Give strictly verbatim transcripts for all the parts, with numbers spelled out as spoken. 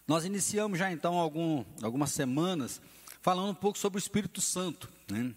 Nós iniciamos já então algum, algumas semanas falando um pouco sobre o Espírito Santo, né?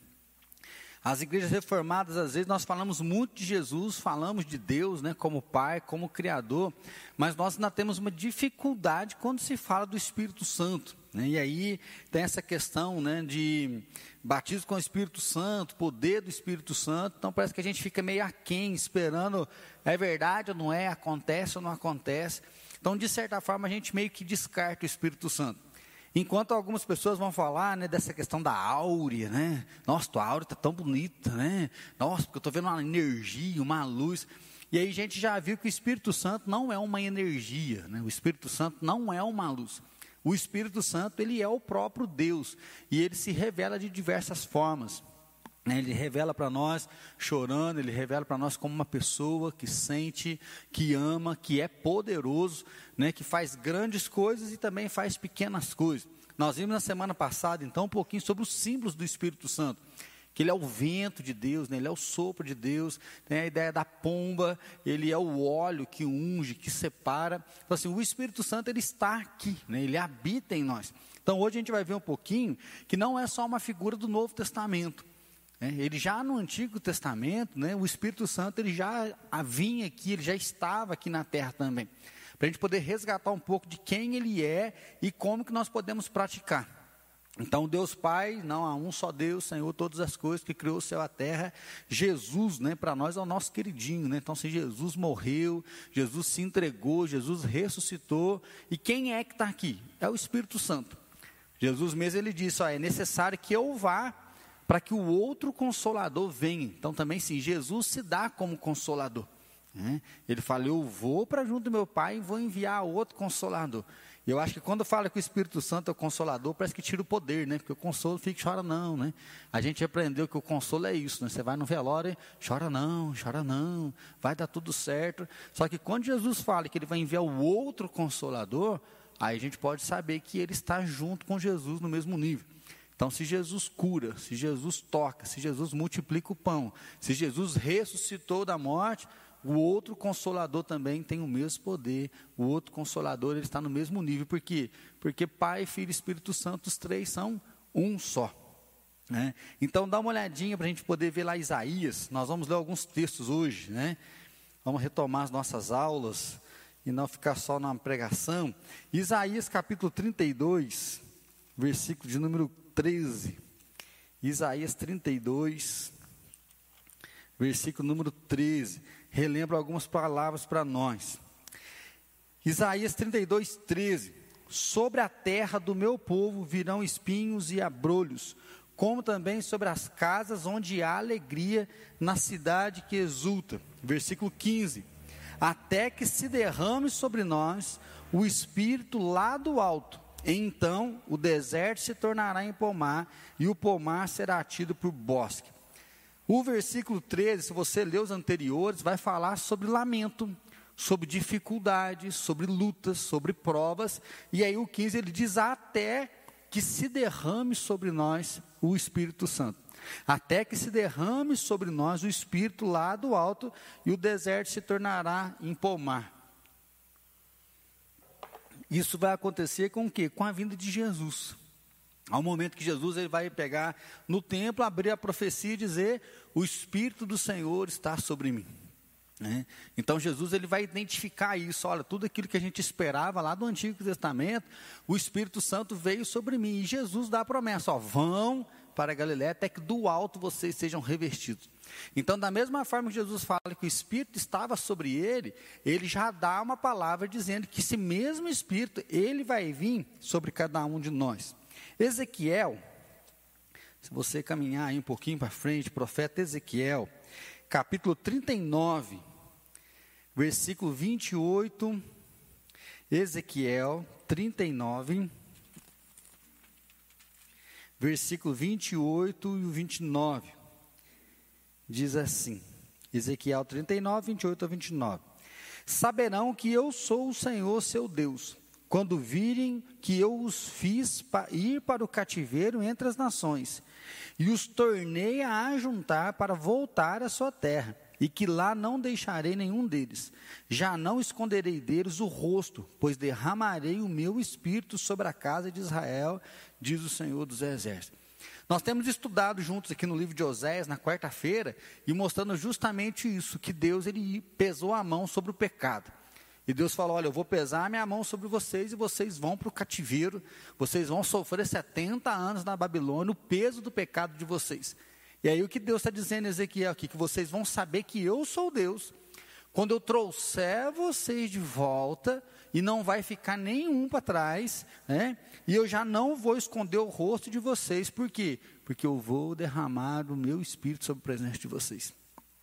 As igrejas reformadas, às vezes, nós falamos muito de Jesus, falamos de Deus, né, como Pai, como Criador, mas nós ainda temos uma dificuldade quando se fala do Espírito Santo, né? E aí tem essa questão, né, de batismo com o Espírito Santo, poder do Espírito Santo. Então parece que a gente fica meio aquém, esperando, é verdade ou não é, acontece ou não acontece. Então, de certa forma, a gente meio que descarta o Espírito Santo. Enquanto algumas pessoas vão falar, né, dessa questão da áurea, né? Nossa, tua áurea está tão bonita, né? Nossa, porque eu estou vendo uma energia, uma luz. E aí a gente já viu que o Espírito Santo não é uma energia, né? O Espírito Santo não é uma luz. O Espírito Santo, ele é o próprio Deus. E ele se revela de diversas formas. Ele revela para nós chorando, ele revela para nós como uma pessoa que sente, que ama, que é poderoso, né, que faz grandes coisas e também faz pequenas coisas. Nós vimos na semana passada, então, um pouquinho sobre os símbolos do Espírito Santo, que ele é o vento de Deus, né, ele é o sopro de Deus, tem a ideia da pomba, ele é o óleo que unge, que separa. Então, assim, o Espírito Santo, ele está aqui, né, ele habita em nós. Então, hoje a gente vai ver um pouquinho que não é só uma figura do Novo Testamento. Ele já no Antigo Testamento, né, o Espírito Santo, ele já vinha aqui, ele já estava aqui na terra também, para a gente poder resgatar um pouco de quem ele é e como que nós podemos praticar. Então, Deus Pai, não há um só Deus, Senhor, todas as coisas, que criou o céu e a terra. Jesus, né, para nós é o nosso queridinho, né? Então, se Jesus morreu, Jesus se entregou, Jesus ressuscitou, e quem é que está aqui? É o Espírito Santo. Jesus mesmo, ele disse, ó, é necessário que eu vá, para que o outro Consolador venha. Então também sim, Jesus se dá como Consolador, né? Ele fala, eu vou para junto do meu Pai e vou enviar outro Consolador. E eu acho que quando fala que o Espírito Santo é o Consolador, parece que tira o poder, né? Porque o consolo fica, chora não, né? A gente aprendeu que o consolo é isso, né? Você vai no velório, chora não, chora não, vai dar tudo certo. Só que quando Jesus fala que ele vai enviar o outro Consolador, aí a gente pode saber que ele está junto com Jesus no mesmo nível. Então, se Jesus cura, se Jesus toca, se Jesus multiplica o pão, se Jesus ressuscitou da morte, o outro Consolador também tem o mesmo poder, o outro Consolador, ele está no mesmo nível. Por quê? Porque Pai, Filho e Espírito Santo, os três são um só, né? Então, dá uma olhadinha para a gente poder ver lá Isaías. Nós vamos ler alguns textos hoje, né? Vamos retomar as nossas aulas e não ficar só na pregação. Isaías capítulo trinta e dois, versículo de número treze, Isaías trinta e dois, versículo número treze, relembro algumas palavras para nós. Isaías trinta e dois, treze, sobre a terra do meu povo virão espinhos e abrolhos, como também sobre as casas onde há alegria, na cidade que exulta. Versículo quinze, até que se derrame sobre nós o Espírito lá do alto, então o deserto se tornará em pomar, e o pomar será tido por bosque. O versículo treze, se você ler os anteriores, vai falar sobre lamento, sobre dificuldades, sobre lutas, sobre provas. E aí o quinze, ele diz, até que se derrame sobre nós o Espírito Santo. Até que se derrame sobre nós o Espírito lá do alto, e o deserto se tornará em pomar. Isso vai acontecer com o quê? Com a vinda de Jesus. Ao momento que Jesus ele vai pegar no templo, abrir a profecia e dizer, o Espírito do Senhor está sobre mim, né? Então Jesus ele vai identificar isso, olha, tudo aquilo que a gente esperava lá do Antigo Testamento, o Espírito Santo veio sobre mim, e Jesus dá a promessa, ó, vão para a Galiléia até que do alto vocês sejam revestidos. Então, da mesma forma que Jesus fala que o Espírito estava sobre ele, ele já dá uma palavra dizendo que esse mesmo Espírito, ele vai vir sobre cada um de nós. Ezequiel, se você caminhar aí um pouquinho para frente, profeta Ezequiel, capítulo trinta e nove, versículo vinte e oito, Ezequiel trinta e nove, versículo vinte e oito e vinte e nove, diz assim, Ezequiel trinta e nove, vinte e oito a vinte e nove, saberão que eu sou o Senhor seu Deus, quando virem que eu os fiz pa, ir para o cativeiro entre as nações, e os tornei a ajuntar para voltar à sua terra. e que lá não deixarei nenhum deles. Já não esconderei deles o rosto, pois derramarei o meu espírito sobre a casa de Israel, diz o Senhor dos Exércitos. Nós temos estudado juntos aqui no livro de Oséias, na quarta-feira, e mostrando justamente isso, que Deus ele pesou a mão sobre o pecado. E Deus falou, olha, eu vou pesar a minha mão sobre vocês e vocês vão para o cativeiro, vocês vão sofrer setenta anos na Babilônia, o peso do pecado de vocês. E aí o que Deus está dizendo em Ezequiel aqui, que vocês vão saber que eu sou Deus, quando eu trouxer vocês de volta, e não vai ficar nenhum para trás, né? E eu já não vou esconder o rosto de vocês, por quê? Porque eu vou derramar o meu espírito sobre a presença de vocês.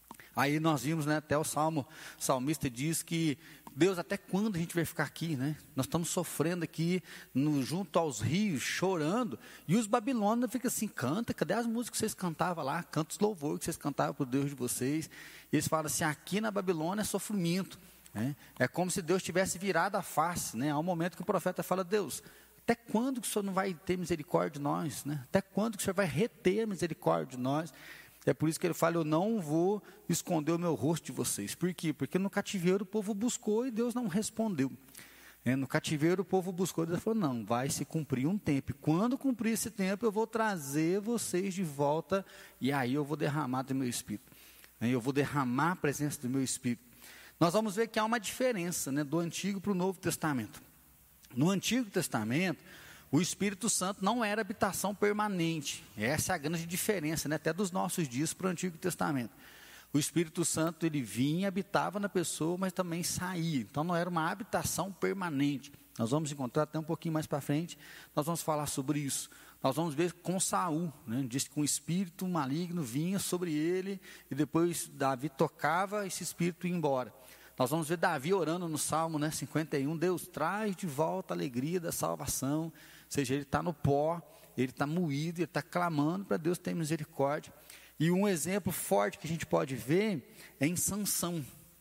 Aí nós vimos, né, até o salmo, o salmista diz que, Deus, até quando a gente vai ficar aqui, né? Nós estamos sofrendo aqui, no, junto aos rios, chorando, e os babilônios ficam assim, canta, cadê as músicas que vocês cantavam lá, canta os louvores que vocês cantavam para o Deus de vocês, e eles falam assim, aqui na Babilônia é sofrimento, né? É como se Deus tivesse virado a face, né? Há um momento que o profeta fala, Deus, até quando que o Senhor não vai ter misericórdia de nós, né? Até quando que o Senhor vai reter a misericórdia de nós? É por isso que ele fala, eu não vou esconder o meu rosto de vocês. Por quê? Porque no cativeiro o povo buscou e Deus não respondeu. É, no cativeiro o povo buscou e Deus falou, não, vai se cumprir um tempo. E quando cumprir esse tempo eu vou trazer vocês de volta e aí eu vou derramar do meu Espírito. É, eu vou derramar a presença do meu Espírito. Nós vamos ver que há uma diferença, né, do Antigo para o Novo Testamento. No Antigo Testamento, o Espírito Santo não era habitação permanente. Essa é a grande diferença, né, até dos nossos dias para o Antigo Testamento. O Espírito Santo, ele vinha, habitava na pessoa, mas também saía. Então não era uma habitação permanente. Nós vamos encontrar até um pouquinho mais para frente, nós vamos falar sobre isso. Nós vamos ver com Saul, né, diz que um espírito maligno vinha sobre ele, e depois Davi tocava, esse espírito ia embora. Nós vamos ver Davi orando no Salmo, né, cinquenta e um, Deus traz de volta a alegria da salvação, ou seja, ele está no pó, ele está moído, ele está clamando para Deus ter misericórdia. E um exemplo forte que a gente pode ver é em Sansão.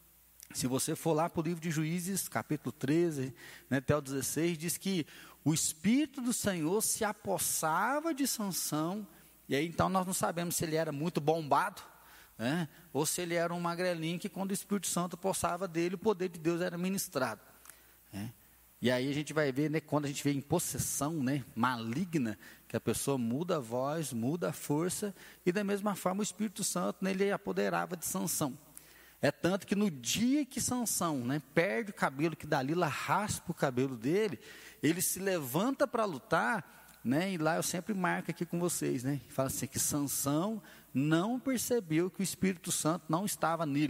Se você for lá para o livro de Juízes, capítulo treze, né, até o dezesseis, diz que o Espírito do Senhor se apossava de Sansão, e aí então nós não sabemos se ele era muito bombado, né, ou se ele era um magrelinho que quando o Espírito Santo possava dele, o poder de Deus era ministrado. Né. E aí a gente vai ver, né, quando a gente vê em possessão, né, maligna, que a pessoa muda a voz, muda a força, e da mesma forma o Espírito Santo, né, ele apoderava de Sansão. É tanto que no dia que Sansão, né, perde o cabelo, que Dalila raspa o cabelo dele, ele se levanta para lutar, né, e lá eu sempre marco aqui com vocês, né, fala assim, que Sansão não percebeu que o Espírito Santo não estava nele.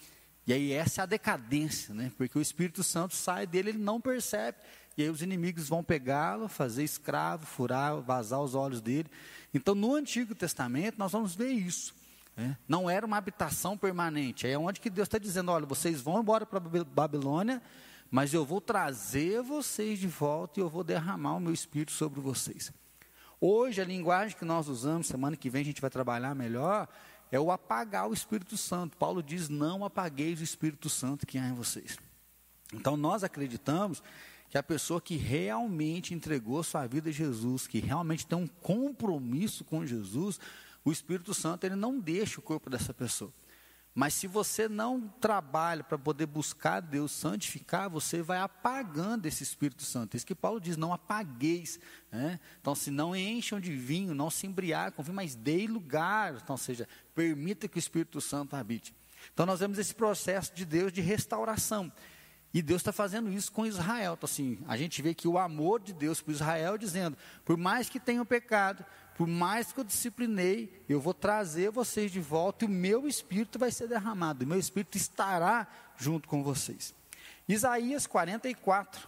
E aí essa é a decadência, né, porque o Espírito Santo sai dele, ele não percebe, e aí os inimigos vão pegá-lo, fazer escravo, furar, vazar os olhos dele. Então no Antigo Testamento nós vamos ver isso. É, não era uma habitação permanente, é onde que Deus está dizendo, olha, vocês vão embora para a Babilônia, mas eu vou trazer vocês de volta e eu vou derramar o meu Espírito sobre vocês. Hoje a linguagem que nós usamos, semana que vem a gente vai trabalhar melhor, é o apagar o Espírito Santo. Paulo diz, não apagueis o Espírito Santo que há em vocês. Então nós acreditamos que a pessoa que realmente entregou sua vida a Jesus, que realmente tem um compromisso com Jesus, o Espírito Santo, ele não deixa o corpo dessa pessoa. Mas se você não trabalha para poder buscar Deus, santificar, você vai apagando esse Espírito Santo. Isso que Paulo diz, não apagueis. Né? Então, se não encham de vinho, não se embriaguem com vinho, mas deem lugar. Então, ou seja, permita que o Espírito Santo habite. Então, nós vemos esse processo de Deus de restauração. E Deus está fazendo isso com Israel. Então, assim, a gente vê que o amor de Deus para Israel, dizendo, por mais que tenham pecado, por mais que eu disciplinei, eu vou trazer vocês de volta e o meu Espírito vai ser derramado, o meu Espírito estará junto com vocês. Isaías quarenta e quatro,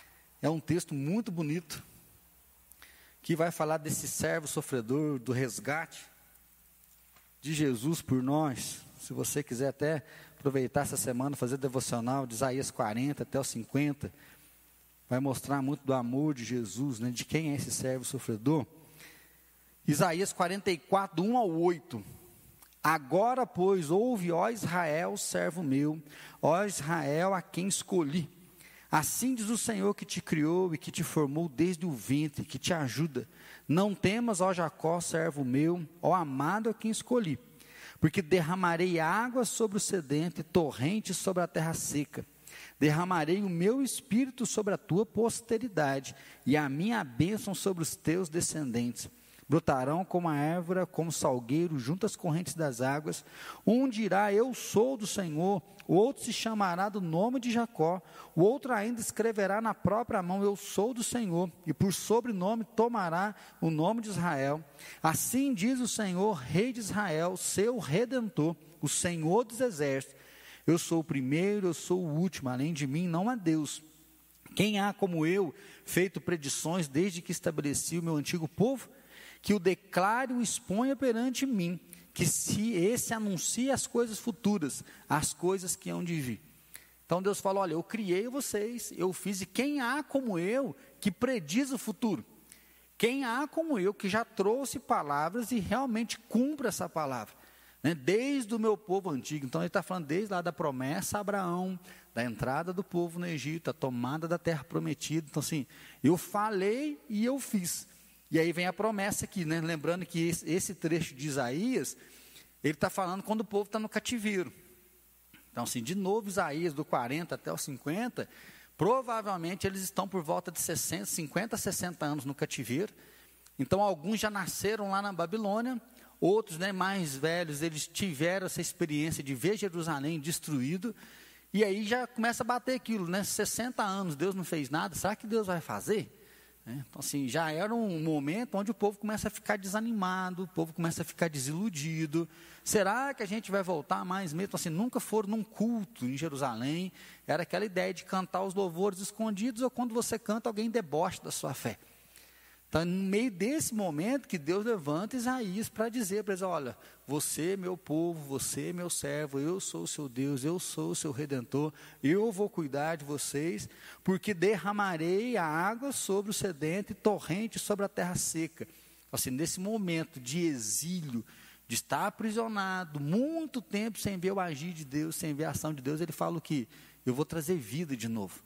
é um texto muito bonito, que vai falar desse servo sofredor, do resgate de Jesus por nós. Se você quiser até aproveitar essa semana, fazer devocional de Isaías quarenta até os cinquenta, vai mostrar muito do amor de Jesus, né, de quem é esse servo sofredor. Isaías quarenta e quatro, do um ao oito. Agora, pois, ouve, ó Israel, servo meu, ó Israel, a quem escolhi. Assim diz o Senhor que te criou e que te formou desde o ventre, que te ajuda. Não temas, ó Jacó, servo meu, ó amado a quem escolhi. Porque derramarei água sobre o sedento e torrentes sobre a terra seca. Derramarei o meu espírito sobre a tua posteridade e a minha bênção sobre os teus descendentes. Brotarão como a árvore, como salgueiro, junto às correntes das águas. Um dirá, eu sou do Senhor. O outro se chamará do nome de Jacó. O outro ainda escreverá na própria mão, eu sou do Senhor. E por sobrenome tomará o nome de Israel. Assim diz o Senhor, Rei de Israel, seu Redentor, o Senhor dos exércitos. Eu sou o primeiro, eu sou o último, além de mim não há Deus. Quem há como eu, feito predições desde que estabeleci o meu antigo povo? Que o declare e o exponha perante mim, que se esse anuncie as coisas futuras, as coisas que hão de vir. Então Deus falou, olha, eu criei vocês, eu fiz, e quem há como eu, que prediz o futuro? Quem há como eu, que já trouxe palavras e realmente cumpre essa palavra? Né? Desde o meu povo antigo, então ele está falando desde lá da promessa a Abraão, da entrada do povo no Egito, a tomada da terra prometida. Então assim, eu falei e eu fiz. E aí vem a promessa aqui, né? Lembrando que esse, esse trecho de Isaías, ele está falando quando o povo está no cativeiro. Então assim, de novo Isaías, do quarenta até o cinquenta, provavelmente eles estão por volta de sessenta, cinquenta, sessenta anos no cativeiro. Então alguns já nasceram lá na Babilônia, outros, né, mais velhos, eles tiveram essa experiência de ver Jerusalém destruído, e aí já começa a bater aquilo, né? sessenta anos, Deus não fez nada, será que Deus vai fazer? Então assim, já era um momento onde o povo começa a ficar desanimado, o povo começa a ficar desiludido. Será que a gente vai voltar mais mesmo? Então, assim, nunca foram num culto em Jerusalém, era aquela ideia de cantar os louvores escondidos, ou quando você canta, alguém debocha da sua fé. Então, no meio desse momento que Deus levanta Isaías para dizer para eles, olha, você meu povo, você meu servo, eu sou o seu Deus, eu sou o seu Redentor, eu vou cuidar de vocês, porque derramarei a água sobre o sedento e torrente sobre a terra seca. Assim, nesse momento de exílio, de estar aprisionado, muito tempo sem ver o agir de Deus, sem ver a ação de Deus, ele fala o que? Eu vou trazer vida de novo.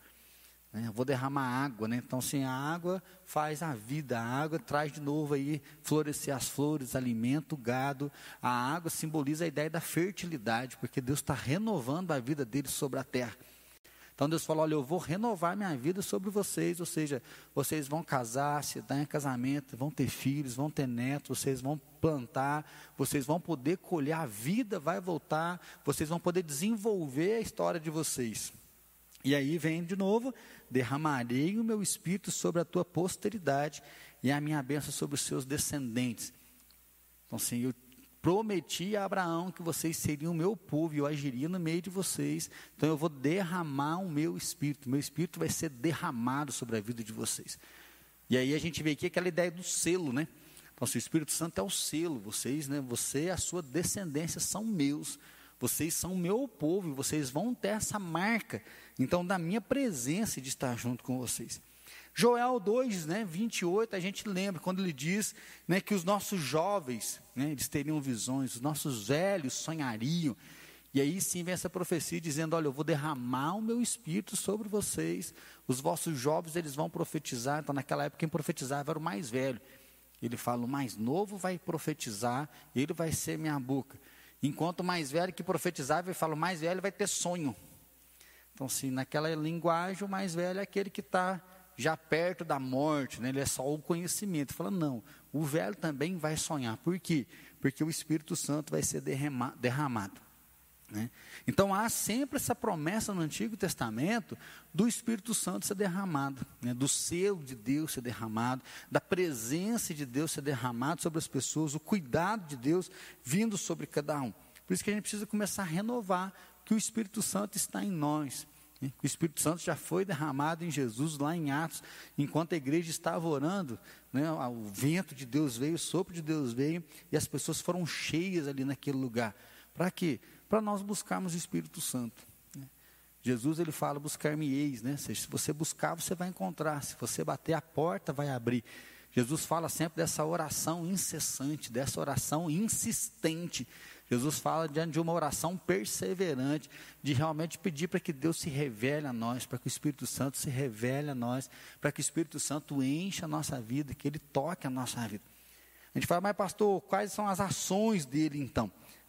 Eu vou derramar água, né? Então, assim, a água faz a vida, a água traz de novo aí, florescer as flores, alimenta o gado. A água simboliza a ideia da fertilidade, porque Deus está renovando a vida deles sobre a terra. Então Deus falou, olha, eu vou renovar minha vida sobre vocês, ou seja, vocês vão casar, se dar em casamento, vão ter filhos, vão ter netos, vocês vão plantar, vocês vão poder colher, a vida vai voltar, vocês vão poder desenvolver a história de vocês. E aí vem de novo, derramarei o meu espírito sobre a tua posteridade e a minha bênção sobre os seus descendentes. Então assim, eu prometi a Abraão que vocês seriam o meu povo e eu agiria no meio de vocês. Então eu vou derramar o meu espírito, o meu espírito vai ser derramado sobre a vida de vocês. E aí a gente vê aqui aquela ideia do selo, né? Então assim, o Espírito Santo é o selo, vocês, né? Você e a sua descendência são meus. Vocês são o meu povo e vocês vão ter essa marca, então, da minha presença de estar junto com vocês. Joel dois, né, vinte e oito, a gente lembra quando ele diz, né, que os nossos jovens, né, eles teriam visões, os nossos velhos sonhariam. E aí sim vem essa profecia dizendo, olha, eu vou derramar o meu espírito sobre vocês, os vossos jovens eles vão profetizar. Então naquela época quem profetizava era o mais velho. Ele fala, o mais novo vai profetizar, ele vai ser minha boca. Enquanto o mais velho que profetizava, ele fala, o mais velho vai ter sonho. Então, assim, naquela linguagem, o mais velho é aquele que está já perto da morte, né? Ele é só o conhecimento. Ele fala, não, o velho também vai sonhar. Por quê? Porque o Espírito Santo vai ser derrama, derramado. Né? Então, há sempre essa promessa no Antigo Testamento do Espírito Santo ser derramado, né? Do selo de Deus ser derramado, da presença de Deus ser derramado sobre as pessoas, o cuidado de Deus vindo sobre cada um. Por isso que a gente precisa começar a renovar que o Espírito Santo está em nós. Né? O Espírito Santo já foi derramado em Jesus lá em Atos, enquanto a igreja estava orando, né? O vento de Deus veio, o sopro de Deus veio, e as pessoas foram cheias ali naquele lugar. Para quê? Para nós buscarmos o Espírito Santo. Né? Jesus ele fala, buscar-me-eis, né? Se você buscar, você vai encontrar, se você bater a porta, vai abrir. Jesus fala sempre dessa oração incessante, dessa oração insistente. Jesus fala diante de uma oração perseverante, de realmente pedir para que Deus se revele a nós, para que o Espírito Santo se revele a nós, para que o Espírito Santo encha a nossa vida, que Ele toque a nossa vida. A gente fala, mas pastor, quais são as ações dele então?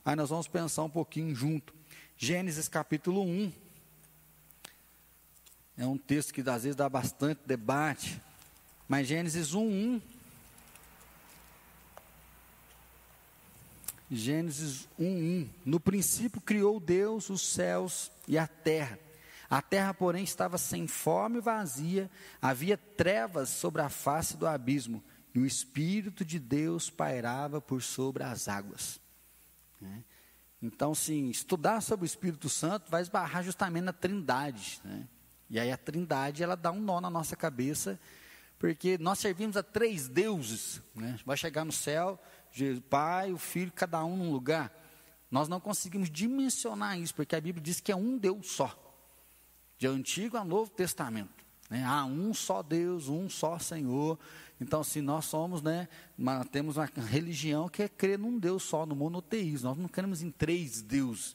Aí nós vamos pensar um pouquinho junto. Gênesis capítulo um. É um texto que às vezes dá bastante debate. Mas Gênesis um, um. Gênesis um, um. No princípio criou Deus os céus e a terra. A terra, porém, estava sem forma e vazia. Havia trevas sobre a face do abismo. E o Espírito de Deus pairava por sobre as águas. Né? Então, sim, estudar sobre o Espírito Santo vai esbarrar justamente na Trindade. Né? E aí a Trindade, ela dá um nó na nossa cabeça, porque nós servimos a três deuses. Né? Vai chegar no céu, o Pai, o Filho, cada um num lugar. Nós não conseguimos dimensionar isso, porque a Bíblia diz que é um Deus só. De Antigo a Novo Testamento. Né? Há um só Deus, um só Senhor. Então, se nós somos, né, uma, temos uma religião que é crer num Deus só, no monoteísmo. Nós não queremos em três deuses.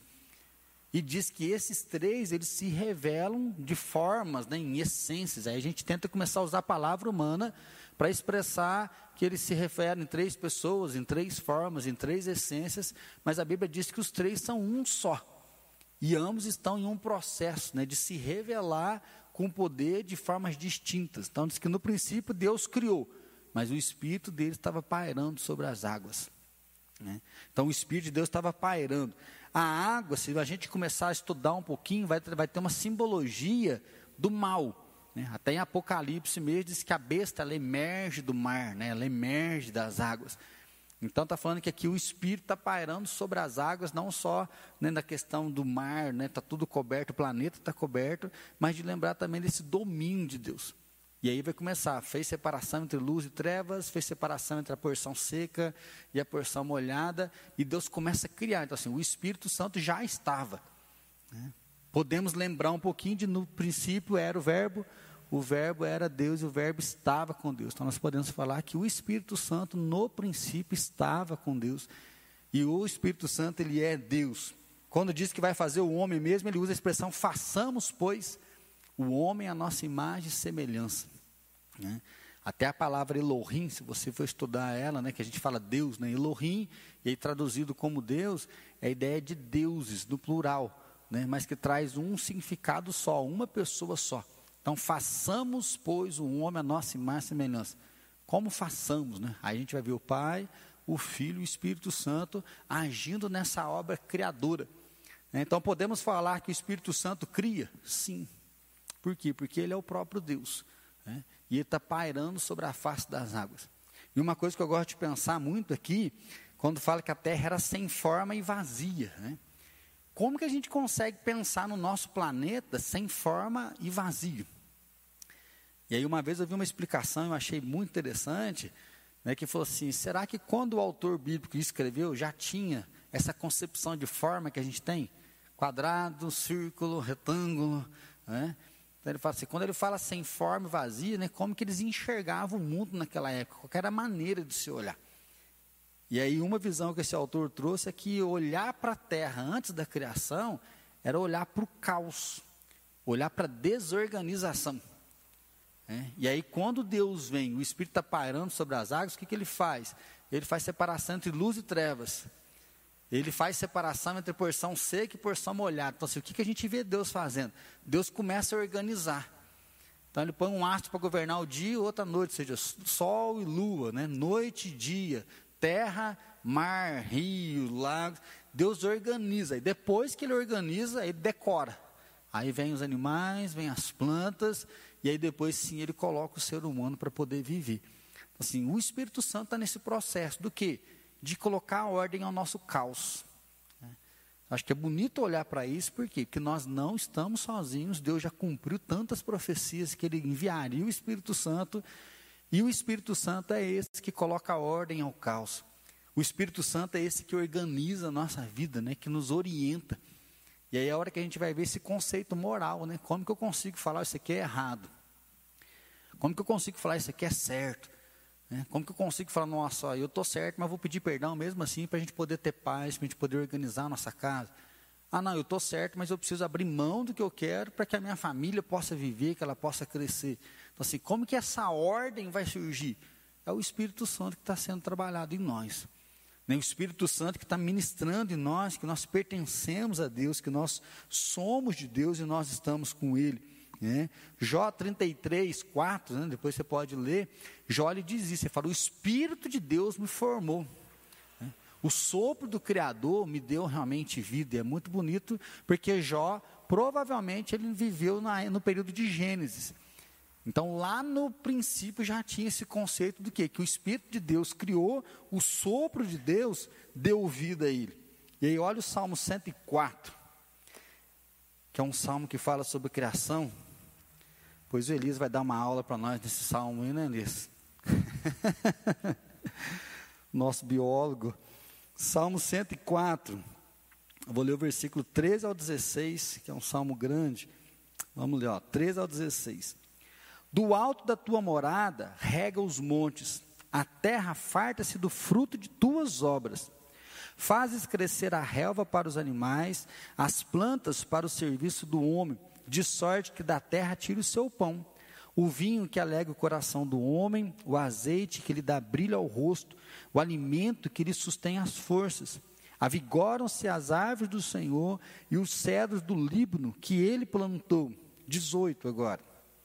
E diz que esses três, eles se revelam de formas, né, em essências. Aí a gente tenta começar a usar a palavra humana para expressar que eles se referem em três pessoas, em três formas, em três essências. Mas a Bíblia diz que os três são um só. E ambos estão em um processo, né, de se revelar com poder de formas distintas. Então, diz que no princípio Deus criou, mas o Espírito dele estava pairando sobre as águas. Né? Então, o Espírito de Deus estava pairando. A água, se a gente começar a estudar um pouquinho, vai, vai ter uma simbologia do mal. Né? Até em Apocalipse mesmo, diz que a besta, ela emerge do mar, né? Ela emerge das águas. Então está falando que aqui o Espírito está pairando sobre as águas, não só, né, na questão do mar, né, está tudo coberto, o planeta está coberto, mas de lembrar também desse domínio de Deus. E aí vai começar, fez separação entre luz e trevas, fez separação entre a porção seca e a porção molhada, e Deus começa a criar. Então assim, o Espírito Santo já estava. Né? Podemos lembrar um pouquinho de no princípio era o verbo, o verbo era Deus e o verbo estava com Deus. Então nós podemos falar que o Espírito Santo no princípio estava com Deus. E o Espírito Santo, ele é Deus. Quando diz que vai fazer o homem mesmo, ele usa a expressão façamos, pois, o homem à nossa imagem e semelhança. Né? Até a palavra Elohim, se você for estudar ela, né, que a gente fala Deus, né, Elohim, e aí traduzido como Deus, é a ideia de deuses, no plural, né, mas que traz um significado só, uma pessoa só. Então, façamos, pois, o homem a nossa imagem e semelhança. Como façamos, né? Aí a gente vai ver o Pai, o Filho e o Espírito Santo agindo nessa obra criadora. Então, podemos falar que o Espírito Santo cria? Sim. Por quê? Porque ele é o próprio Deus. Né? E ele está pairando sobre a face das águas. E uma coisa que eu gosto de pensar muito aqui, quando fala que a terra era sem forma e vazia, né? Como que a gente consegue pensar no nosso planeta sem forma e vazio? E aí uma vez eu vi uma explicação, eu achei muito interessante, né, que falou assim, será que quando o autor bíblico escreveu, já tinha essa concepção de forma que a gente tem? Quadrado, círculo, retângulo, né? Então ele fala assim, quando ele fala sem forma e vazia, né, como que eles enxergavam o mundo naquela época, qual era a maneira de se olhar. E aí uma visão que esse autor trouxe é que olhar para a terra antes da criação, era olhar para o caos, olhar para a desorganização. É, e aí quando Deus vem, o Espírito está pairando sobre as águas, o que, que ele faz? Ele faz separação entre luz e trevas. Ele faz separação entre porção seca e porção molhada. Então assim, o que, que a gente vê Deus fazendo? Deus começa a organizar. Então ele põe um astro para governar o dia e outra noite, ou seja, sol e lua, né? Noite e dia, terra, mar, rio, lago. Deus organiza, e depois que ele organiza, ele decora. Aí vem os animais, vem as plantas, e aí depois sim ele coloca o ser humano para poder viver. Assim, o Espírito Santo está nesse processo do quê? De colocar a ordem ao nosso caos. Acho que é bonito olhar para isso, por quê? Porque nós não estamos sozinhos, Deus já cumpriu tantas profecias que ele enviaria o Espírito Santo, e o Espírito Santo é esse que coloca a ordem ao caos. O Espírito Santo é esse que organiza a nossa vida, né? Que nos orienta. E aí é a hora que a gente vai ver esse conceito moral, né? Como que eu consigo falar isso aqui é errado? Como que eu consigo falar isso aqui é certo? Né? Como que eu consigo falar, nossa, eu estou certo, mas vou pedir perdão mesmo assim, para a gente poder ter paz, para a gente poder organizar a nossa casa. Ah não, eu estou certo, mas eu preciso abrir mão do que eu quero, para que a minha família possa viver, que ela possa crescer. Então assim, como que essa ordem vai surgir? É o Espírito Santo que está sendo trabalhado em nós. né? O Espírito Santo que está ministrando em nós, que nós pertencemos a Deus, que nós somos de Deus e nós estamos com Ele, né? Jó trinta e três, quatro, né? Depois você pode ler, Jó ele diz isso, ele fala, o Espírito de Deus me formou, né? O sopro do Criador me deu realmente vida, e é muito bonito, porque Jó, provavelmente ele viveu na, no período de Gênesis. Então, lá no princípio já tinha esse conceito do quê? Que o Espírito de Deus criou, o sopro de Deus deu vida a ele. E aí, olha o Salmo cento e quatro, que é um salmo que fala sobre criação. Pois o Elias vai dar uma aula para nós nesse salmo aí, né, Elias? Nosso biólogo. Salmo cento e quatro. Eu vou ler o versículo treze ao dezesseis, que é um salmo grande. Vamos ler, ó, treze ao dezesseis. Do alto da tua morada, rega os montes, a terra farta-se do fruto de tuas obras. Fazes crescer a relva para os animais, as plantas para o serviço do homem, de sorte que da terra tire o seu pão. O vinho que alegra o coração do homem, o azeite que lhe dá brilho ao rosto, o alimento que lhe sustém as forças. Avigoram-se as árvores do Senhor e os cedros do Líbano que ele plantou. dezoito agora.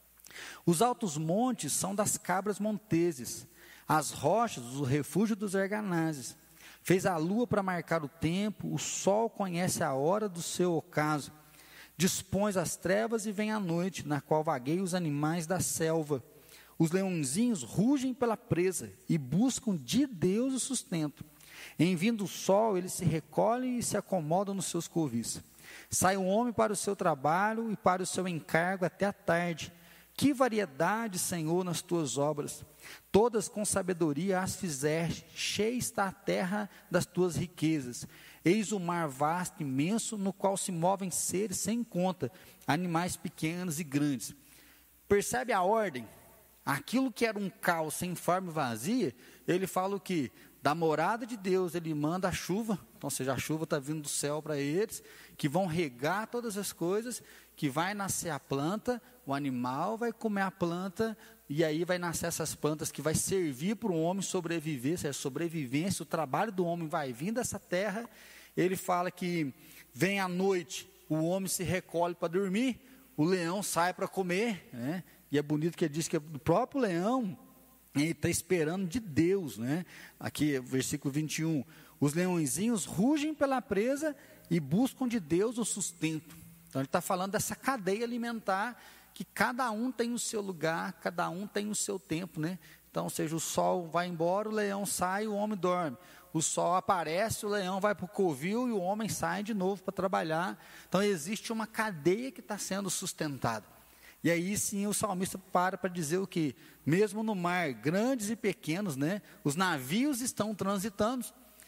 Os altos montes são das cabras monteses, as rochas, o refúgio dos erganazes. Fez a lua para marcar o tempo, o sol conhece a hora do seu ocaso. Dispões as trevas e vem a noite, na qual vagueiam os animais da selva. Os leãozinhos rugem pela presa e buscam de Deus o sustento. Em vindo o sol, eles se recolhem e se acomodam nos seus covis. Sai o homem para o seu trabalho e para o seu encargo até a tarde. Que variedade, Senhor, nas tuas obras, todas com sabedoria as fizeste, cheia está a terra das tuas riquezas. Eis o mar vasto, imenso, no qual se movem seres sem conta, animais pequenos e grandes. Percebe a ordem? Aquilo que era um caos sem forma e vazia, ele fala o que? Da morada de Deus, ele manda a chuva, então, ou seja, a chuva está vindo do céu para eles, que vão regar todas as coisas, que vai nascer a planta, o animal vai comer a planta, e aí vai nascer essas plantas que vai servir para o homem sobreviver, seja, a sobrevivência, o trabalho do homem vai vir dessa terra. Ele fala que vem à noite, o homem se recolhe para dormir, o leão sai para comer, né? E é bonito que ele diz que o próprio leão, ele está esperando de Deus, né? Aqui, versículo vinte e um, os leõezinhos rugem pela presa e buscam de Deus o sustento. Então ele está falando dessa cadeia alimentar, que cada um tem o seu lugar, cada um tem o seu tempo, né? Então, ou seja, o sol vai embora, o leão sai, o homem dorme. O sol aparece, o leão vai para o covil e o homem sai de novo para trabalhar. Então existe uma cadeia que está sendo sustentada. E aí sim o salmista para para dizer o que? Mesmo no mar, grandes e pequenos, né? Os navios estão transitando.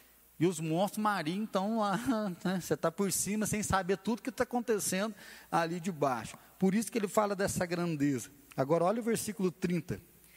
E os monstros marinhos estão lá, né? Você está por cima sem saber tudo que está acontecendo ali debaixo. Por isso que ele fala dessa grandeza. Agora olha o versículo trinta.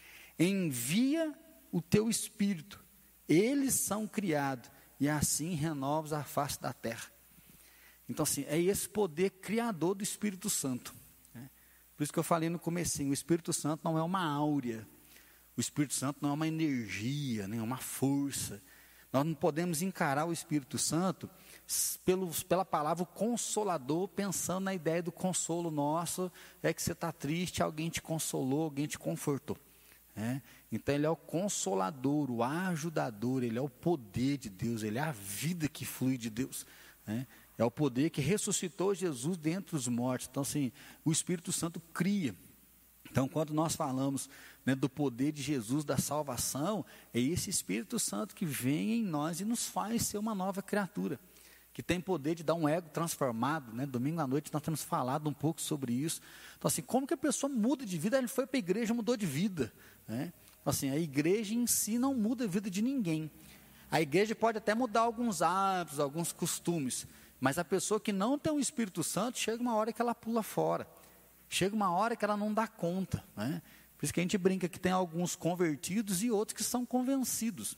Envia o teu espírito, eles são criados, e assim renovas a face da terra. Então assim, é esse poder criador do Espírito Santo. Né? Por isso que eu falei no comecinho, o Espírito Santo não é uma áurea, o Espírito Santo não é uma energia, nem uma força. Nós não podemos encarar o Espírito Santo pelo, pela palavra consolador, pensando na ideia do consolo nosso, é que você está triste, alguém te consolou, alguém te confortou. É? Então ele é o consolador, o ajudador, ele é o poder de Deus, ele é a vida que flui de Deus. É, é o poder que ressuscitou Jesus dentre os mortos. Então assim, o Espírito Santo cria. Então quando nós falamos, né, do poder de Jesus, da salvação, é esse Espírito Santo que vem em nós e nos faz ser uma nova criatura, que tem poder de dar um ego transformado, né? Domingo à noite nós temos falado um pouco sobre isso. Então assim, como que a pessoa muda de vida? Ele foi para a igreja, mudou de vida, né? Então, assim, a igreja em si não muda a vida de ninguém. A igreja pode até mudar alguns hábitos, alguns costumes, mas a pessoa que não tem o Espírito Santo, chega uma hora que ela pula fora, chega uma hora que ela não dá conta, né? Por isso que a gente brinca que tem alguns convertidos e outros que são convencidos.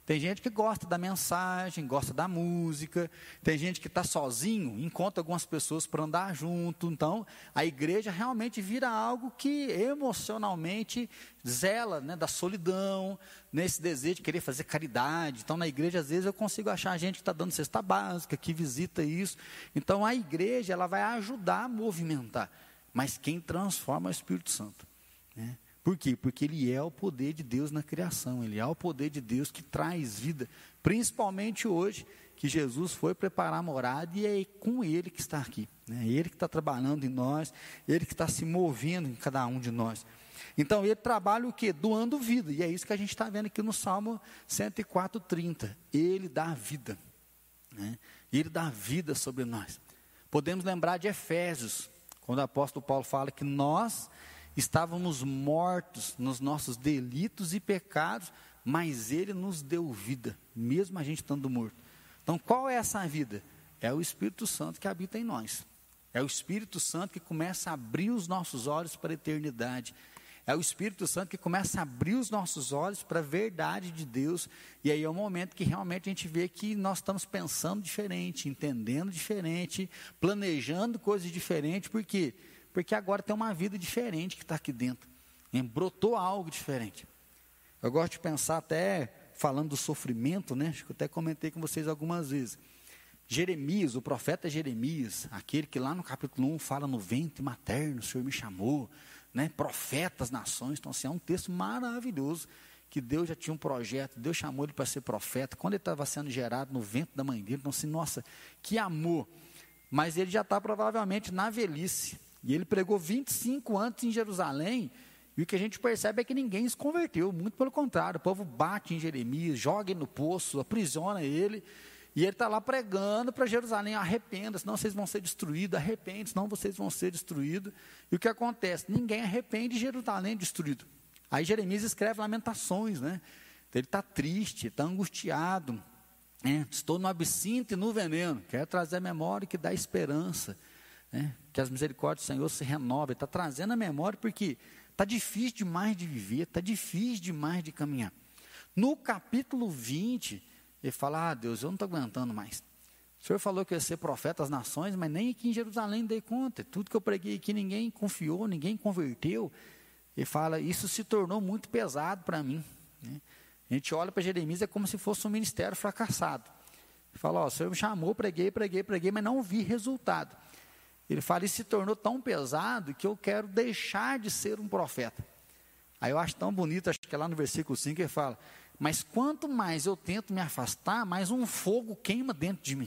Tem gente que gosta da mensagem, gosta da música, tem gente que está sozinho, encontra algumas pessoas para andar junto. Então, a igreja realmente vira algo que emocionalmente zela, né, da solidão, nesse desejo de querer fazer caridade. Então, na igreja, às vezes, eu consigo achar gente que está dando cesta básica, que visita isso. Então, a igreja ela vai ajudar a movimentar, mas quem transforma é o Espírito Santo, né? Por quê? Porque ele é o poder de Deus na criação, ele é o poder de Deus que traz vida, principalmente hoje, que Jesus foi preparar a morada e é com ele que está aqui, né? Ele que está trabalhando em nós, ele que está se movendo em cada um de nós. Então ele trabalha o quê? Doando vida, e é isso que a gente está vendo aqui no Salmo cento e quatro, trinta, ele dá vida, né? Ele dá vida sobre nós. Podemos lembrar de Efésios, quando o apóstolo Paulo fala que nós estávamos mortos nos nossos delitos e pecados, mas ele nos deu vida, mesmo a gente estando morto. Então qual é essa vida? É o Espírito Santo que habita em nós, é o Espírito Santo que começa a abrir os nossos olhos para a eternidade, é o Espírito Santo que começa a abrir os nossos olhos para a verdade de Deus, e aí é o momento que realmente a gente vê que nós estamos pensando diferente, entendendo diferente, planejando coisas diferentes. Por quê? Porque agora tem uma vida diferente que está aqui dentro, hein? Brotou algo diferente. Eu gosto de pensar até, falando do sofrimento, né? Acho que eu até comentei com vocês algumas vezes. Jeremias, o profeta Jeremias, aquele que lá no capítulo um fala no ventre materno, o Senhor me chamou, né? Profeta das nações. Então assim, é um texto maravilhoso, que Deus já tinha um projeto, Deus chamou ele para ser profeta, quando ele estava sendo gerado no ventre da mãe dele. Então assim, nossa, que amor, mas ele já está provavelmente na velhice, e ele pregou vinte e cinco anos em Jerusalém, e o que a gente percebe é que ninguém se converteu, muito pelo contrário, o povo bate em Jeremias, joga ele no poço, aprisiona ele, e ele está lá pregando para Jerusalém: arrependa, senão vocês vão ser destruídos, arrepende, senão vocês vão ser destruídos. E o que acontece? Ninguém arrepende de Jerusalém destruído. Aí Jeremias escreve Lamentações, né? Ele está triste, está angustiado, né? Estou no absinto e no veneno, quero trazer a memória que dá esperança, né? Que as misericórdias do Senhor se renovem. Ele está trazendo a memória porque está difícil demais de viver, está difícil demais de caminhar. No capítulo vinte, ele fala: ah, Deus, eu não estou aguentando mais. O Senhor falou que eu ia ser profeta das nações, mas nem aqui em Jerusalém dei conta. Tudo que eu preguei aqui, ninguém confiou, ninguém converteu. Ele fala: isso se tornou muito pesado para mim, né? A gente olha para Jeremias, é como se fosse um ministério fracassado. Ele fala: ó, o Senhor me chamou, preguei, preguei, preguei, mas não vi resultado. Ele fala: isso se tornou tão pesado que eu quero deixar de ser um profeta. Aí eu acho tão bonito, acho que é lá no versículo cinco, ele fala: mas quanto mais eu tento me afastar, mais um fogo queima dentro de mim.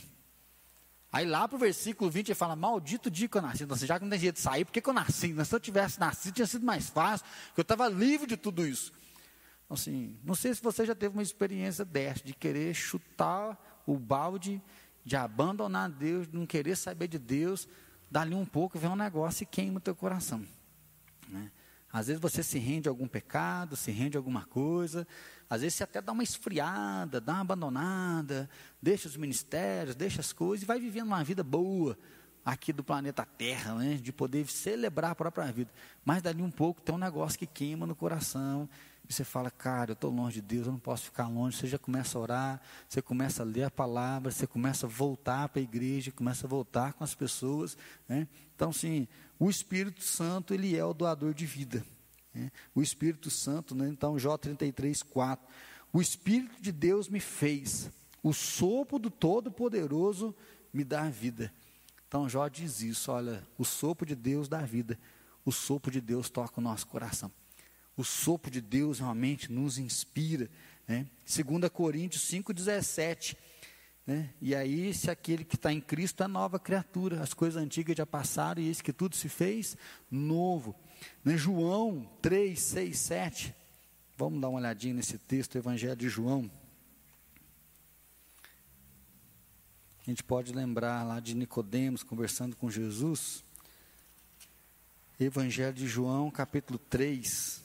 Aí lá para o versículo vinte ele fala: maldito dia que eu nasci. Então, já que não tem jeito de sair, por que, que eu nasci? Se eu tivesse nascido, tinha sido mais fácil, porque eu estava livre de tudo isso. Então, assim, não sei se você já teve uma experiência dessa, de querer chutar o balde, de abandonar Deus, de não querer saber de Deus. Dali um pouco vem um negócio e queima o teu coração, né? Às vezes você se rende a algum pecado, se rende a alguma coisa, às vezes você até dá uma esfriada, dá uma abandonada, deixa os ministérios, deixa as coisas e vai vivendo uma vida boa aqui do planeta Terra, né? De poder celebrar a própria vida. Mas dali um pouco tem um negócio que queima no coração. E você fala: cara, eu estou longe de Deus, eu não posso ficar longe. Você já começa a orar, você começa a ler a palavra, você começa a voltar para a igreja, começa a voltar com as pessoas, né? Então, sim, o Espírito Santo, ele é o doador de vida, né? O Espírito Santo, né? Então, Jó trinta e três, quatro. O Espírito de Deus me fez, o sopro do Todo-Poderoso me dá a vida. Então, Jó diz isso: olha, o sopro de Deus dá vida, o sopro de Deus toca o nosso coração. O sopro de Deus realmente nos inspira, né? dois Coríntios cinco, dezessete, né? E aí, se aquele que está em Cristo é nova criatura, as coisas antigas já passaram e eis que tudo se fez novo, né? João três, seis, sete, vamos dar uma olhadinha nesse texto, Evangelho de João. A gente pode lembrar lá de Nicodemos conversando com Jesus. Evangelho de João, capítulo três.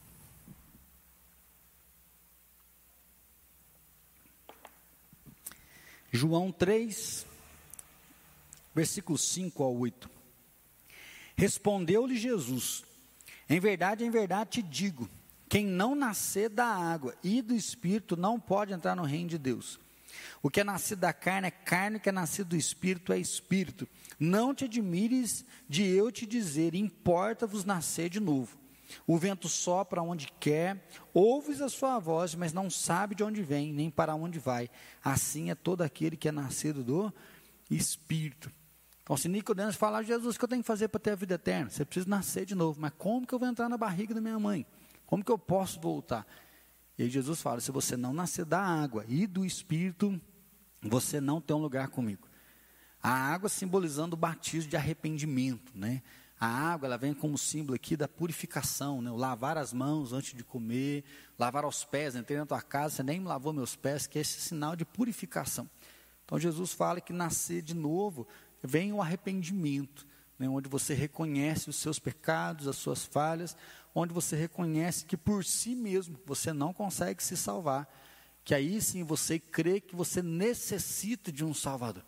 João três, versículos cinco ao oito. Respondeu-lhe Jesus: em verdade, em verdade te digo, Quem não nascer da água e do Espírito não pode entrar no reino de Deus. O que é nascido da carne é carne, o que é nascido do Espírito é Espírito. Não te admires de eu te dizer, importa-vos nascer de novo. O vento sopra onde quer, ouves a sua voz, mas não sabe de onde vem, nem para onde vai. Assim é todo aquele que é nascido do Espírito. Então, se Nicodemos falar, Jesus, o que eu tenho que fazer para ter a vida eterna? Você precisa nascer de novo. Mas como que eu vou entrar na barriga da minha mãe? Como que eu posso voltar? E aí Jesus fala, se você não nascer da água e do Espírito, você não tem um lugar comigo. A água simbolizando o batismo de arrependimento, né? A água, ela vem como símbolo aqui da purificação, né? O lavar as mãos antes de comer, lavar os pés, entrei na tua casa, você nem lavou meus pés, que é esse sinal de purificação. Então Jesus fala que nascer de novo vem o arrependimento, né? Onde você reconhece os seus pecados, as suas falhas, onde você reconhece que por si mesmo você não consegue se salvar, que aí sim você crê que você necessita de um Salvador.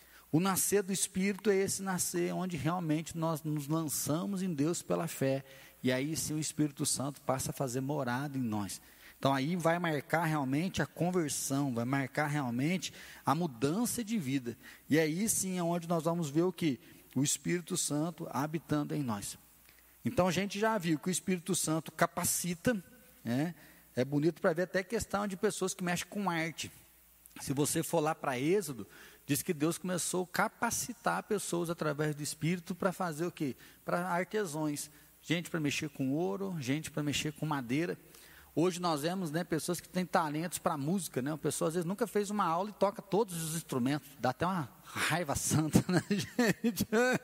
O nascer do Espírito é esse nascer onde realmente nós nos lançamos em Deus pela fé, e aí sim o Espírito Santo passa a fazer morada em nós. Então aí vai marcar realmente a conversão, vai marcar realmente a mudança de vida, e aí sim é onde nós vamos ver o que? O Espírito Santo habitando em nós. Então a gente já viu que o Espírito Santo capacita, né? É bonito para ver até questão de pessoas que mexem com arte. Se você for lá para Êxodo, diz que Deus começou a capacitar pessoas através do Espírito para fazer o quê? Para artesãos, gente para mexer com ouro, gente para mexer com madeira. Hoje nós vemos, né, pessoas que têm talentos para música, né? Uma pessoa às vezes nunca fez uma aula e toca todos os instrumentos, dá até uma raiva santa, né, gente?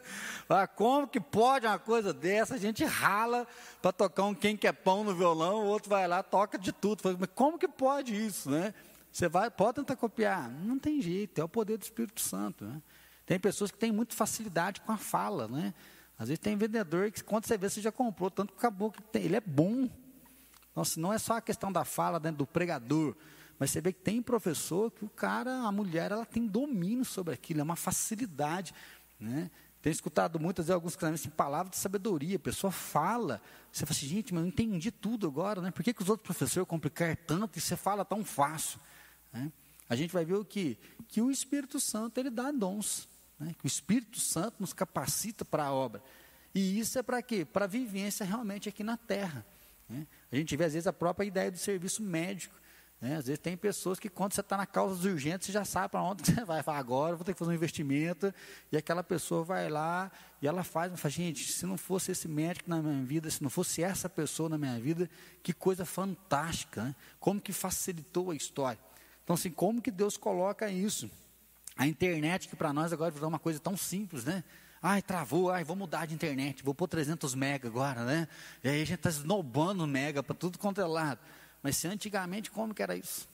Ah, como que pode uma coisa dessa? A gente rala para tocar um quem quer pão no violão, o outro vai lá, toca de tudo. Mas como que pode isso, né? Você vai, pode tentar copiar, não tem jeito, é o poder do Espírito Santo, né? Tem pessoas que têm muita facilidade com a fala, né? Às vezes tem vendedor que quando você vê, você já comprou, tanto que acabou que tem, ele é bom. Nossa, não é só a questão da fala, né, do pregador, mas você vê que tem professor que o cara, a mulher, ela tem domínio sobre aquilo, é uma facilidade, né? Tenho escutado muitas vezes alguns casamentos em palavras de sabedoria, a pessoa fala, você fala assim, gente, mas eu entendi tudo agora, né? Por que, que os outros professores complicaram tanto e você fala tão fácil, né? A gente vai ver o que? Que o Espírito Santo, ele dá dons, né? Que o Espírito Santo nos capacita para a obra, e isso é para quê? Para a vivência realmente aqui na terra, né? A gente vê às vezes a própria ideia do serviço médico, né? Às vezes tem pessoas que quando você está na causa urgente, você já sabe para onde você vai, fala, agora eu vou ter que fazer um investimento, e aquela pessoa vai lá, e ela faz, mas fala, gente, se não fosse esse médico na minha vida, se não fosse essa pessoa na minha vida, que coisa fantástica, né? Como que facilitou a história. Então assim, como que Deus coloca isso? A internet, que para nós agora virou uma coisa tão simples, né? Ai, travou, ai, vou mudar de internet, vou pôr trezentos mega agora, né? E aí a gente está esnobando mega para tudo quanto é lado. Mas se antigamente, como que era isso?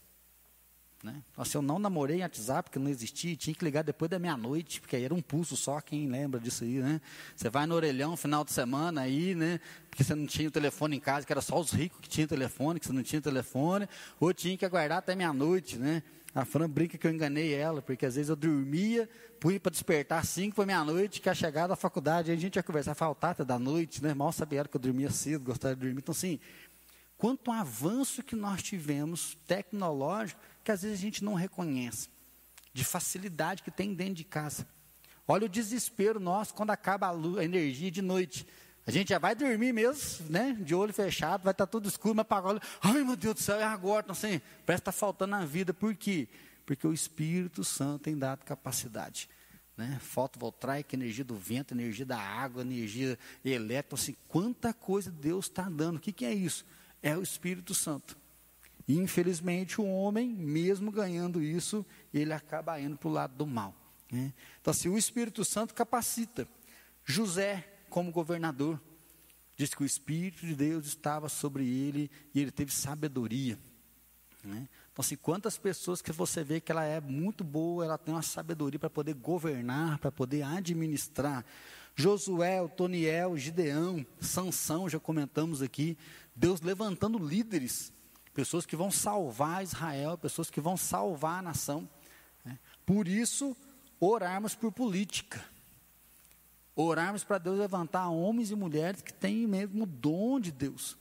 Né? Nossa, eu não namorei em WhatsApp, porque não existia, tinha que ligar depois da meia-noite, porque aí era um pulso só, quem lembra disso aí, né? Você vai no orelhão, final de semana aí, né? Porque você não tinha o telefone em casa, que era só os ricos que tinham telefone, que você não tinha telefone, ou tinha que aguardar até meia-noite, né? A Fran brinca que eu enganei ela, porque às vezes eu dormia, punha para despertar cinco para meia-noite, que a chegada da faculdade, aí a gente ia conversar, faltar até da noite, né? Mal sabia que eu dormia cedo, gostava de dormir. Então, assim, quanto avanço que nós tivemos tecnológico, que às vezes a gente não reconhece, de facilidade que tem dentro de casa. Olha o desespero nosso quando acaba a, luz, a energia de noite. A gente já vai dormir mesmo, né? De olho fechado, vai estar tudo escuro, mas apaga o olho. Ai, meu Deus do céu, é agora. Então, assim, parece que está faltando a vida. Por quê? Porque o Espírito Santo tem dado capacidade, né? Fotovoltaica, energia do vento, energia da água, energia elétrica. Assim, quanta coisa Deus está dando. O que, que é isso? É o Espírito Santo. E, infelizmente, o homem, mesmo ganhando isso, ele acaba indo para o lado do mal, né? Então, assim, o Espírito Santo capacita. José, como governador, diz que o Espírito de Deus estava sobre ele e ele teve sabedoria, né? Então, assim, quantas pessoas que você vê que ela é muito boa, ela tem uma sabedoria para poder governar, para poder administrar. Josué, Otoniel, Gideão, Sansão, já comentamos aqui, Deus levantando líderes, pessoas que vão salvar Israel, pessoas que vão salvar a nação, né? Por isso, orarmos por política. Orarmos para Deus levantar homens e mulheres que têm mesmo o dom de Deus.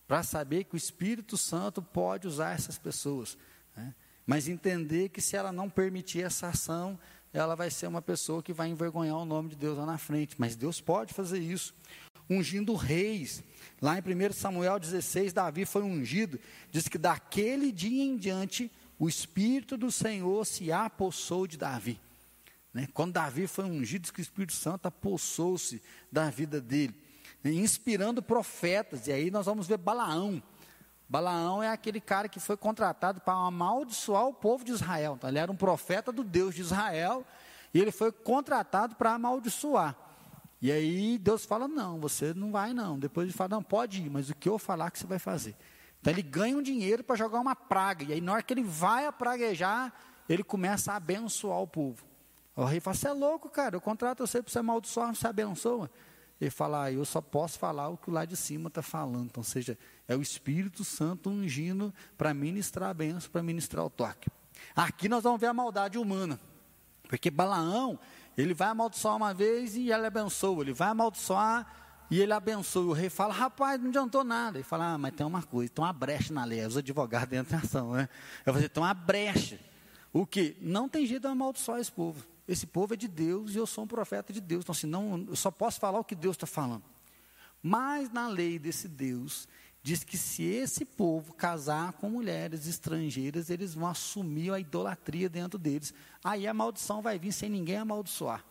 para saber que o Espírito Santo pode usar essas pessoas, né? Mas entender que se ela não permitir essa ação, ela vai ser uma pessoa que vai envergonhar o nome de Deus lá na frente. Mas Deus pode fazer isso. Ungindo reis, lá em primeiro Samuel dezesseis, Davi foi ungido, diz que daquele dia em diante, o Espírito do Senhor se apossou de Davi, né? Quando Davi foi ungido, diz que o Espírito Santo apossou-se da vida dele, né? Inspirando profetas, e aí nós vamos ver Balaão. Balaão é aquele cara que foi contratado para amaldiçoar o povo de Israel. Então, ele era um profeta do Deus de Israel, e ele foi contratado para amaldiçoar. E aí Deus fala, não, você não vai não. Depois ele fala, não, pode ir, mas o que eu falar que você vai fazer. Então ele ganha um dinheiro para jogar uma praga, e aí na hora que ele vai a praguejar, ele começa a abençoar o povo. O rei fala, você é louco, cara, eu contrato você para você amaldiçoar, você abençoa. Ele fala, ah, eu só posso falar o que o lá de cima está falando. Então, ou seja, é o Espírito Santo ungindo para ministrar a bênção, para ministrar o toque. Aqui nós vamos ver a maldade humana, porque Balaão, ele vai amaldiçoar uma vez e ele abençoa, ele vai amaldiçoar e ele abençoa. O rei fala, rapaz, não adiantou nada. Ele fala, ah, mas tem uma coisa, tem uma brecha na lei. Os advogados entram em ação, né? Eu vou dizer, tem uma brecha. O que? Não tem jeito de amaldiçoar esse povo. Esse povo é de Deus e eu sou um profeta de Deus. Então, assim, não, eu só posso falar o que Deus está falando. Mas na lei desse Deus, diz que se esse povo casar com mulheres estrangeiras, eles vão assumir a idolatria dentro deles. Aí a maldição vai vir sem ninguém amaldiçoar.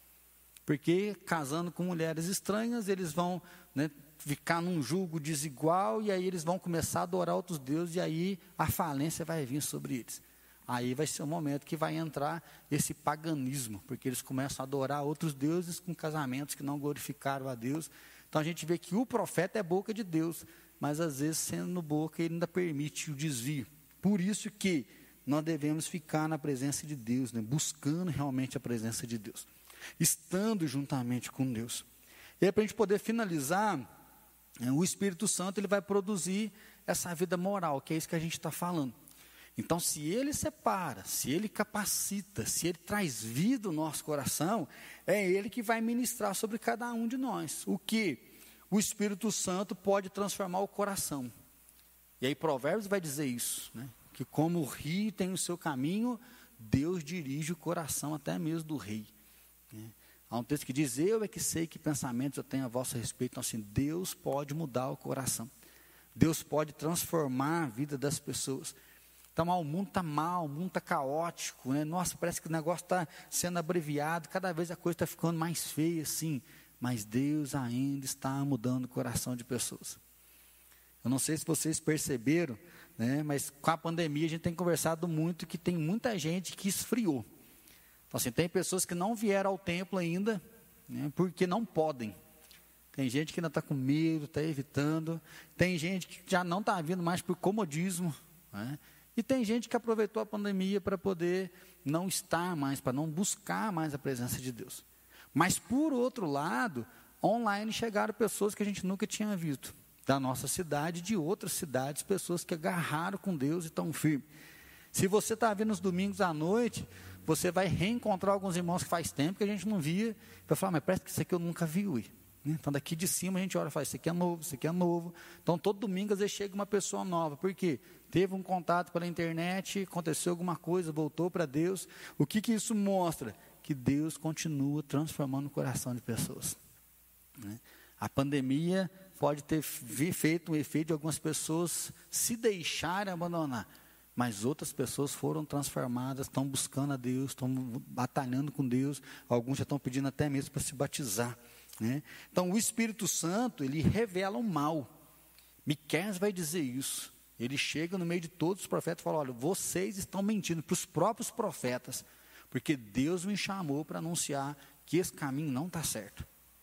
Porque casando com mulheres estranhas, eles vão, né, ficar num julgo desigual, e aí eles vão começar a adorar outros deuses, e aí a falência vai vir sobre eles. Aí vai ser o momento que vai entrar esse paganismo, porque eles começam a adorar outros deuses com casamentos que não glorificaram a Deus. Então a gente vê que o profeta é boca de Deus, mas às vezes sendo boca ele ainda permite o desvio. Por isso que nós devemos ficar na presença de Deus, né? Buscando realmente a presença de Deus, estando juntamente com Deus. E aí, para a gente poder finalizar, né, o Espírito Santo ele vai produzir essa vida moral, que é isso que a gente está falando. Então, se ele separa, se ele capacita, se ele traz vida ao nosso coração, é ele que vai ministrar sobre cada um de nós. O que? O Espírito Santo pode transformar o coração. E aí Provérbios vai dizer isso, né? Que como o rio tem o seu caminho, Deus dirige o coração até mesmo do rei. Né? Há um texto que diz, eu é que sei que pensamentos eu tenho a vosso respeito. Então, assim, Deus pode mudar o coração. Deus pode transformar a vida das pessoas. Então, ah, o mundo está mal, o mundo está caótico, né? Nossa, parece que o negócio está sendo abreviado, cada vez a coisa está ficando mais feia, assim. Mas Deus ainda está mudando o coração de pessoas. Eu não sei se vocês perceberam, né? Mas com a pandemia a gente tem conversado muito que tem muita gente que esfriou. Então, assim, tem pessoas que não vieram ao templo ainda, né? Porque não podem. Tem gente que ainda está com medo, está evitando. Tem gente que já não está vindo mais por comodismo, né? E tem gente que aproveitou a pandemia para poder não estar mais, para não buscar mais a presença de Deus. Mas, por outro lado, online chegaram pessoas que a gente nunca tinha visto. Da nossa cidade, de outras cidades, pessoas que agarraram com Deus e estão firmes. Se você está vindo nos domingos à noite, você vai reencontrar alguns irmãos que faz tempo que a gente não via. Vai falar, mas parece que isso aqui eu nunca vi, ui. Então, daqui de cima a gente olha e fala, isso aqui é novo, isso aqui é novo. Então, todo domingo, às vezes, chega uma pessoa nova. Por quê? Teve um contato pela internet, aconteceu alguma coisa, voltou para Deus. O que, que isso mostra? Que Deus continua transformando o coração de pessoas. Né? A pandemia pode ter feito um efeito de algumas pessoas se deixarem abandonar. Mas outras pessoas foram transformadas, estão buscando a Deus, estão batalhando com Deus. Alguns já estão pedindo até mesmo para se batizar. Né? Então, o Espírito Santo, ele revela o mal. Miqueias vai dizer isso. Ele chega no meio de todos os profetas e fala, olha, vocês estão mentindo para os próprios profetas, porque Deus me chamou para anunciar que esse caminho não está certo.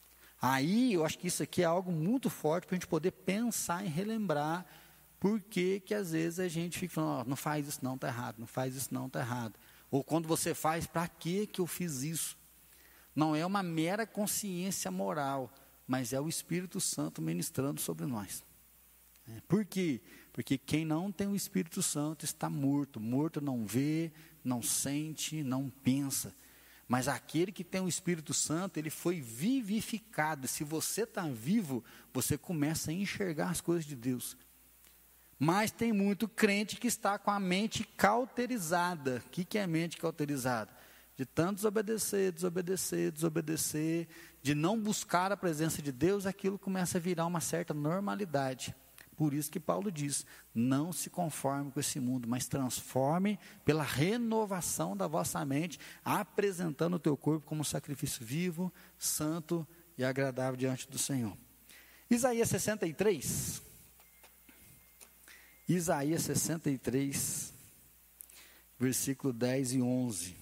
Aí, eu acho que isso aqui é algo muito forte para a gente poder pensar e relembrar por que que às vezes a gente fica falando, oh, não faz isso não, está errado, não faz isso não, está errado. Ou quando você faz, para que que eu fiz isso? Não é uma mera consciência moral, mas é o Espírito Santo ministrando sobre nós. Por quê? Porque quem não tem o Espírito Santo está morto. Morto não vê, não sente, não pensa. Mas aquele que tem o Espírito Santo, ele foi vivificado. Se você está vivo, você começa a enxergar as coisas de Deus. Mas tem muito crente que está com a mente cauterizada. O que, que é mente cauterizada? De tanto desobedecer, desobedecer, desobedecer, de não buscar a presença de Deus, aquilo começa a virar uma certa normalidade. Por isso que Paulo diz, não se conforme com esse mundo, mas transforme pela renovação da vossa mente, apresentando o teu corpo como um sacrifício vivo, santo e agradável diante do Senhor. Isaías sessenta e três, Isaías sessenta e três, versículo dez e onze.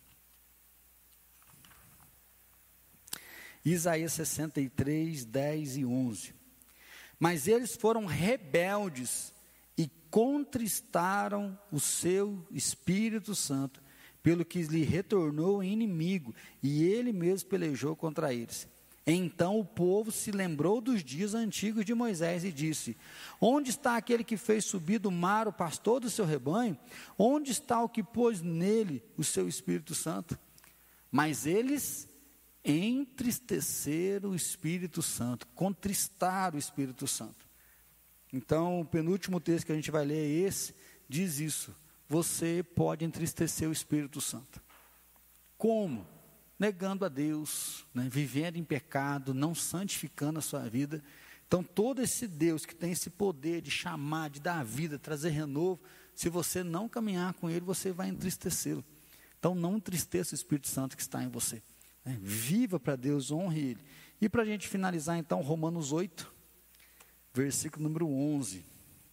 Isaías sessenta e três, dez e onze. Mas eles foram rebeldes e contristaram o seu Espírito Santo, pelo que lhe retornou inimigo, e ele mesmo pelejou contra eles. Então o povo se lembrou dos dias antigos de Moisés e disse: onde está aquele que fez subir do mar o pastor do seu rebanho? Onde está o que pôs nele o seu Espírito Santo? Mas eles entristeceram o Espírito Santo, contristaram o Espírito Santo. Então, o penúltimo texto que a gente vai ler é esse, diz isso: você pode entristecer o Espírito Santo. Como? Negando a Deus, né? Vivendo em pecado, não santificando a sua vida. Então, todo esse Deus que tem esse poder de chamar, de dar vida, trazer renovo, se você não caminhar com Ele, você vai entristecê-lo. Então, não entristeça o Espírito Santo que está em você. É, viva para Deus, honre Ele. E para a gente finalizar então, Romanos oito, versículo número onze.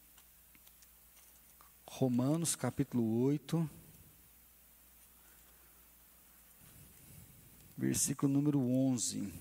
Romanos capítulo oito, versículo número onze.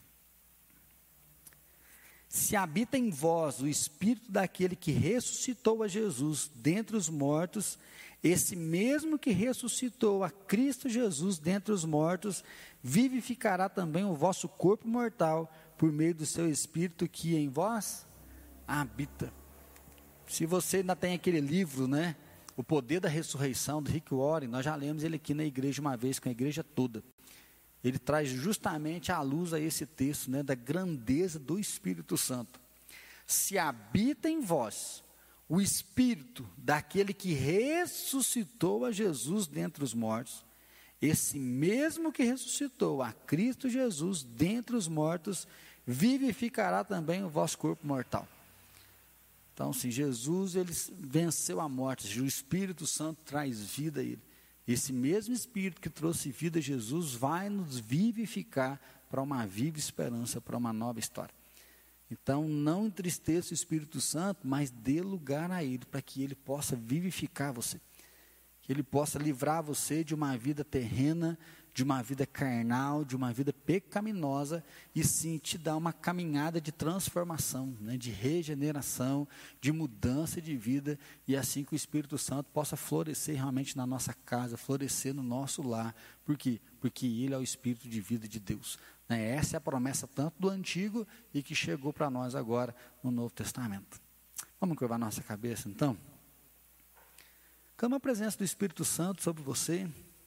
Se habita em vós o Espírito daquele que ressuscitou a Jesus dentre os mortos, esse mesmo que ressuscitou a Cristo Jesus dentre os mortos, vivificará também o vosso corpo mortal, por meio do seu Espírito que em vós habita. Se você ainda tem aquele livro, né, O Poder da Ressurreição, do Rick Warren, nós já lemos ele aqui na igreja uma vez, com a igreja toda. Ele traz justamente à luz a esse texto, né, da grandeza do Espírito Santo. Se habita em vós o Espírito daquele que ressuscitou a Jesus dentre os mortos, esse mesmo que ressuscitou a Cristo Jesus dentre os mortos, vivificará também o vosso corpo mortal. Então, se Jesus ele venceu a morte, se o Espírito Santo traz vida a ele, esse mesmo Espírito que trouxe vida a Jesus vai nos vivificar para uma viva esperança, para uma nova história. Então, não entristeça o Espírito Santo, mas dê lugar a Ele, para que Ele possa vivificar você. Que Ele possa livrar você de uma vida terrena, de uma vida carnal, de uma vida pecaminosa, e sim te dar uma caminhada de transformação, né, de regeneração, de mudança de vida, e assim que o Espírito Santo possa florescer realmente na nossa casa, florescer no nosso lar. Por quê? Porque Ele é o Espírito de vida de Deus. Né? Essa é a promessa tanto do Antigo e que chegou para nós agora no Novo Testamento. Vamos curvar nossa cabeça então? Clama a presença do Espírito Santo sobre você.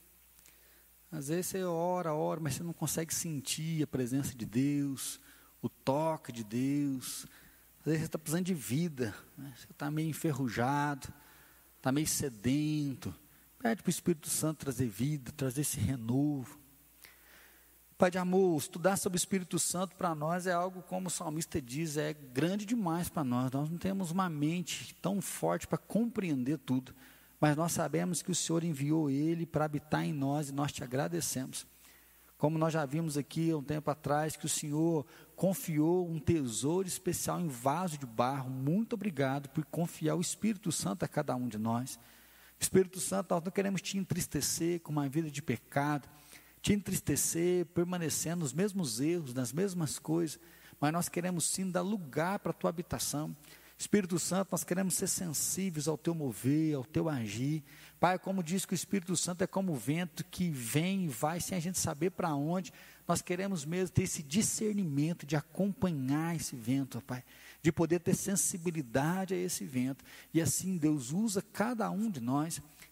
Às vezes você ora, ora, mas você não consegue sentir a presença de Deus, o toque de Deus. Às vezes você está precisando de vida, né? Você está meio enferrujado, está meio sedento. Pede para o Espírito Santo trazer vida, trazer esse renovo. Pai de amor, estudar sobre o Espírito Santo para nós é algo, como o salmista diz, é grande demais para nós. Nós não temos uma mente tão forte para compreender tudo. Mas nós sabemos que o Senhor enviou Ele para habitar em nós e nós te agradecemos. Como nós já vimos aqui há um tempo atrás, que o Senhor confiou um tesouro especial em vaso de barro. Muito obrigado por confiar o Espírito Santo a cada um de nós. Espírito Santo, nós não queremos te entristecer com uma vida de pecado, te entristecer permanecendo nos mesmos erros, nas mesmas coisas, mas nós queremos sim dar lugar para a tua habitação. Espírito Santo, nós queremos ser sensíveis ao teu mover, ao teu agir. Pai, como diz que o Espírito Santo é como o vento que vem e vai sem a gente saber para onde, nós queremos mesmo ter esse discernimento de acompanhar esse vento, Pai, de poder ter sensibilidade a esse vento, e assim Deus usa cada um de nós.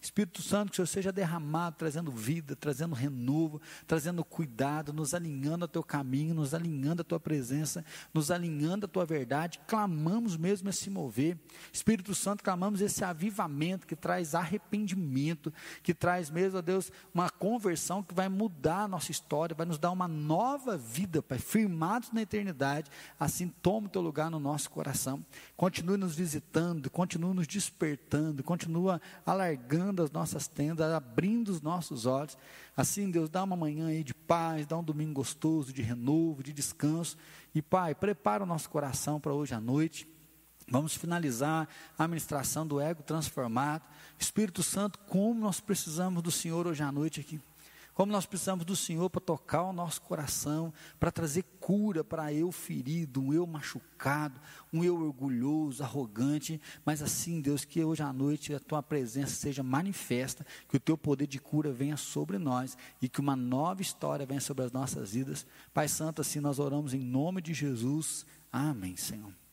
Espírito Santo, que o Senhor seja derramado, trazendo vida, trazendo renovo, trazendo cuidado, nos alinhando ao teu caminho, nos alinhando à tua presença, nos alinhando à tua verdade. Clamamos mesmo esse mover. Espírito Santo, clamamos esse avivamento que traz arrependimento, que traz mesmo, ó Deus, uma conversão que vai mudar a nossa história, vai nos dar uma nova vida, Pai, firmados na eternidade. Assim, toma o teu lugar no nosso coração. Continue nos visitando, continue nos despertando, continua alargando as nossas tendas, abrindo os nossos olhos. Assim, Deus, dá uma manhã aí de paz, dá um domingo gostoso, de renovo, de descanso. E Pai, prepara o nosso coração para hoje à noite. Vamos finalizar a ministração do ego transformado. Espírito Santo, como nós precisamos do Senhor hoje à noite aqui. Como nós precisamos do Senhor para tocar o nosso coração, para trazer cura para eu ferido, um eu machucado, um eu orgulhoso, arrogante. Mas assim, Deus, que hoje à noite a tua presença seja manifesta, que o teu poder de cura venha sobre nós e que uma nova história venha sobre as nossas vidas. Pai Santo, assim nós oramos em nome de Jesus. Amém, Senhor.